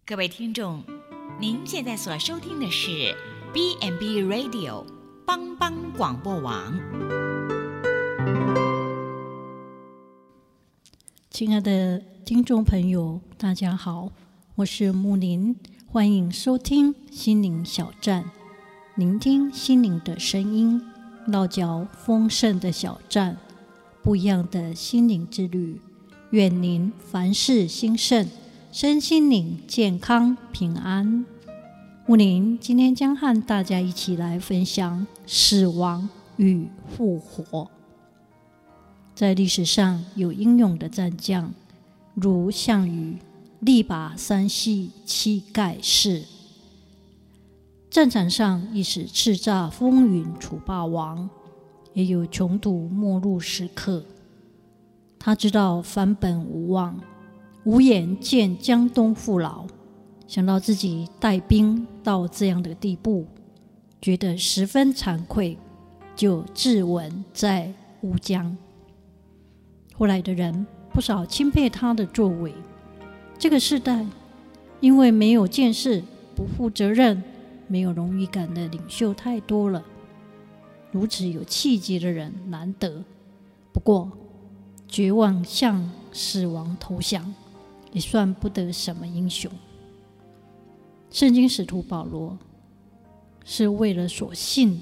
各位听众，您现在所收听的是 B&B Radio 帮帮广播网。 亲爱的听众朋友，大家好，我是木林，欢迎收听心灵小站，聆听心灵的声音，落脚丰盛的小站，不一样的心灵之旅。愿您凡事兴盛，身心灵健康平安。木林今天将和大家一起来分享死亡与复活。在历史上有英勇的战将，如项羽力拔山兮气盖世，战场上亦是叱咤风云楚霸王，也有穷途末路时刻。他知道返本无望，无颜见江东父老，想到自己带兵到这样的地步，觉得十分惭愧，就自刎在乌江。后来的人不少钦佩他的作为。这个时代因为没有见识、不负责任、没有荣誉感的领袖太多了，如此有气节的人难得。不过绝望向死亡投降，也算不得什么英雄。圣经使徒保罗是为了所信，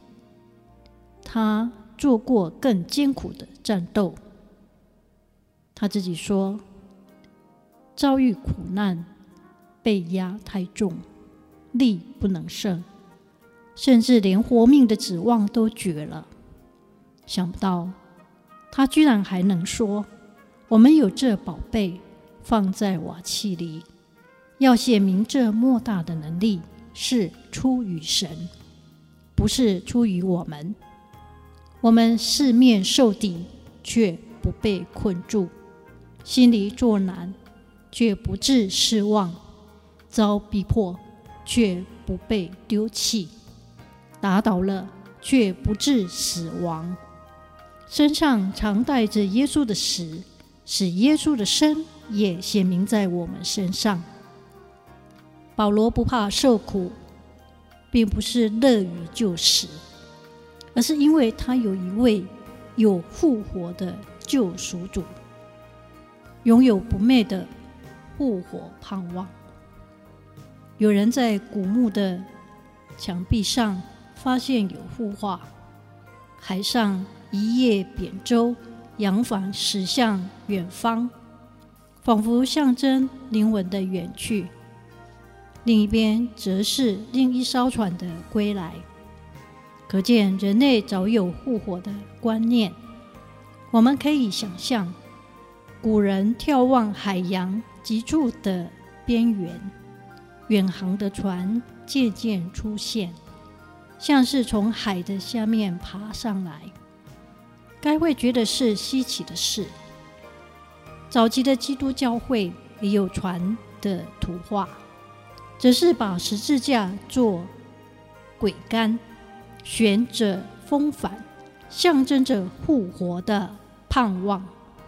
他做过更艰苦的战斗。他自己说，遭遇苦难，被压太重，力不能胜，甚至连活命的指望都绝了。想不到他居然还能说，我们有这宝贝放在瓦器里，要显明这莫大的能力是出于神，不是出于我们。我们四面受敌，却不被困住，心里作难，却不致失望，遭逼迫，却不被丢弃，打倒了，却不致死亡。身上常带着耶稣的死，使耶稣的生也显明在我们身上。保罗不怕受苦，并不是乐于就死，而是因为他有一位有复活的救赎主，拥有不灭的复活盼望。有人在古墓的墙壁上发现有幅画，海上一叶扁舟扬帆驶向远方，仿佛象征灵魂的远去。另一边则是另一艘船的归来，可见人类早有复活的观念。我们可以想象，古人眺望海洋极处的边缘，远航的船渐渐出现，像是从海的下面爬上来，该会觉得是稀奇的事。早期的基督教会也有船的图画，只是把十字架做桅杆，悬着风帆，象征着复活的盼望。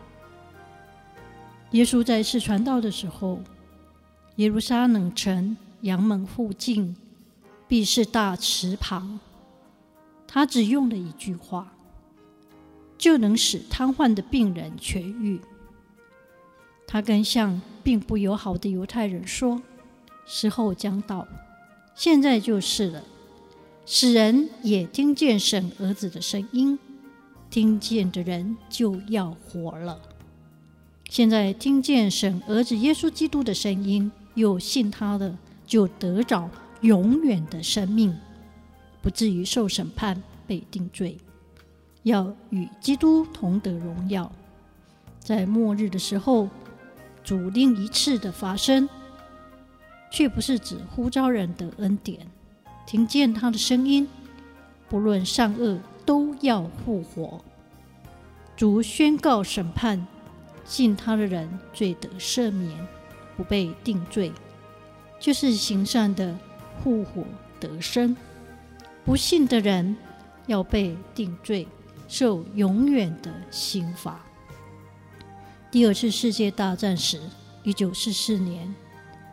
耶稣在世传道的时候，耶路撒冷城阳门附近必是大池旁，他只用了一句话，就能使瘫痪的病人痊愈。他跟向并不友好的犹太人说，时候将到，现在就是了，使人也听见神儿子的声音，听见的人就要活了。现在听见神儿子耶稣基督的声音，又信他的，就得着永远的生命，不至于受审判被定罪，要与基督同得荣耀。在末日的时候，主另一次的发生，却不是指呼召人的恩典，听见他的声音，不论善恶都要复活。主宣告审判，信他的人罪得赦免，不被定罪，就是行善的复活得生。不信的人要被定罪，受永远的刑罚。第二次世界大战时，1944年，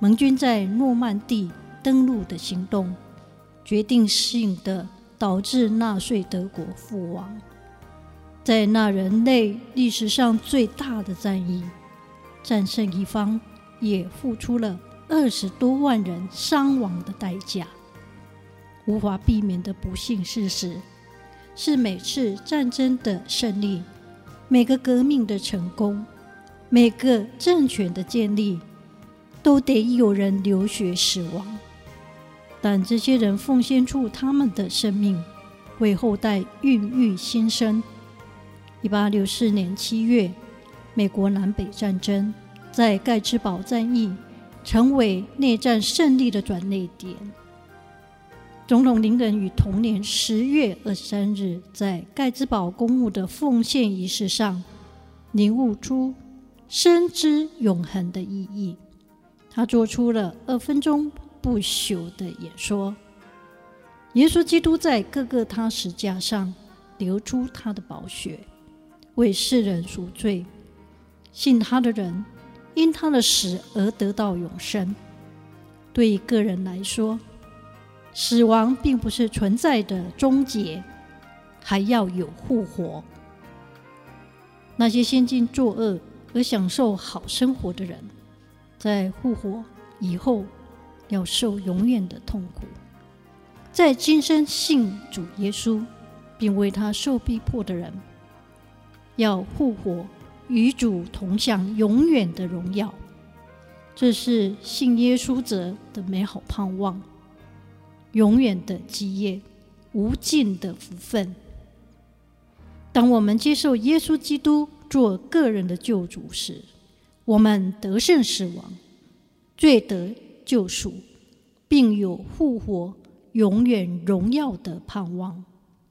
盟军在诺曼底登陆的行动，决定性的导致纳粹德国覆亡。在那人类历史上最大的战役，战胜一方也付出了20多万人伤亡的代价。无法避免的不幸事实是，每次战争的胜利，每个革命的成功，每个政权的建立，都得有人流血死亡。但这些人奉献出他们的生命，为后代孕育新生。1864年7月，美国南北战争在盖茨堡战役成为内战胜利的转捩点。总统林肯于同年10月23日在盖茨堡公墓的奉献仪式上，领悟出生之永恒的意义。他做出了2分钟不朽的演说。耶稣基督在各个他十字架上流出他的宝血，为世人赎罪。信他的人因他的死而得到永生。对于个人来说，死亡并不是存在的终结，还要有复活。那些先进作恶而享受好生活的人，在复活以后要受永远的痛苦。在今生信主耶稣并为他受逼迫的人，要复活与主同享永远的荣耀。这是信耶稣者的美好盼望，永远的基业，无尽的福分。当我们接受耶稣基督做个人的救主时，我们得胜死亡，罪得救赎，并有复活永远荣耀的盼望。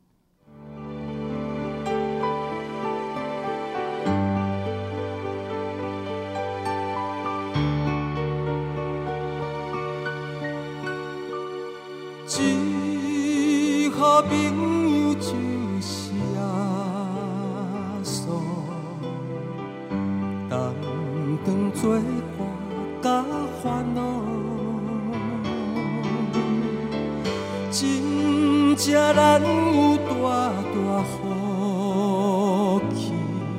一好朋友就是耶稣，担当作伴甲烦恼，真正咱有大大福气，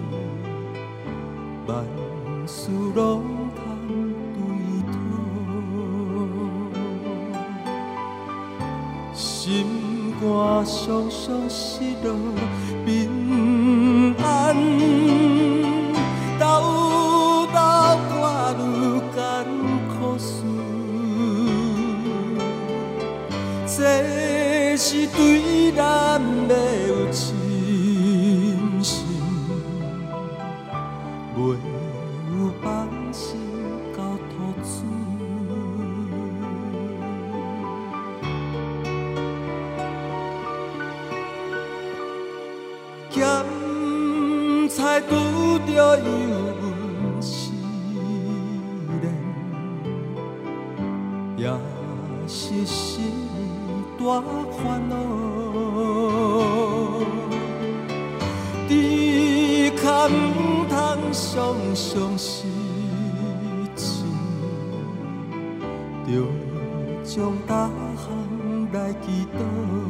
万事拢通对讨。心肝常常失落平安，斗挂愈艰苦事，这是对咱要有信心，袂有放心交托主。咸菜拄着油温试炼，也是心大烦恼。只可唔通常常失志，着将大项来祈祷。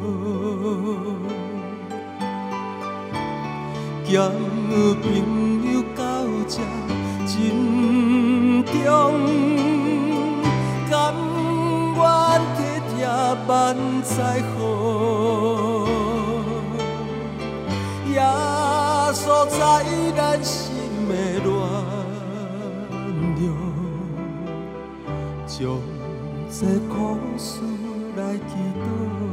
咸朋友到这真重，甘愿体贴万载好，耶稣在咱心的软弱，将这苦事来祈祷。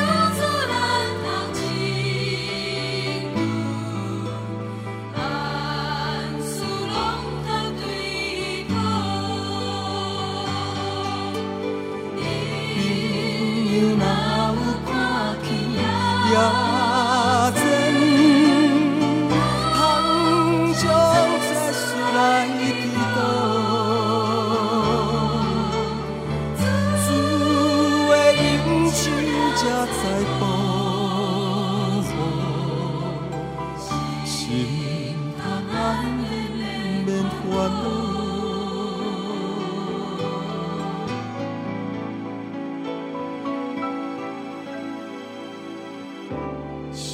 啊。 前，通将这事来祈祷，主的恩手才在保护，心通安宁免烦恼。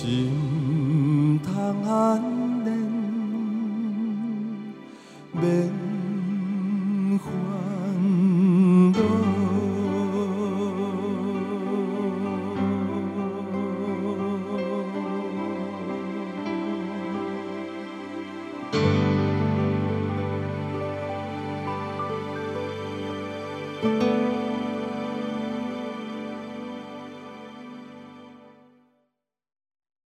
心通安宁，免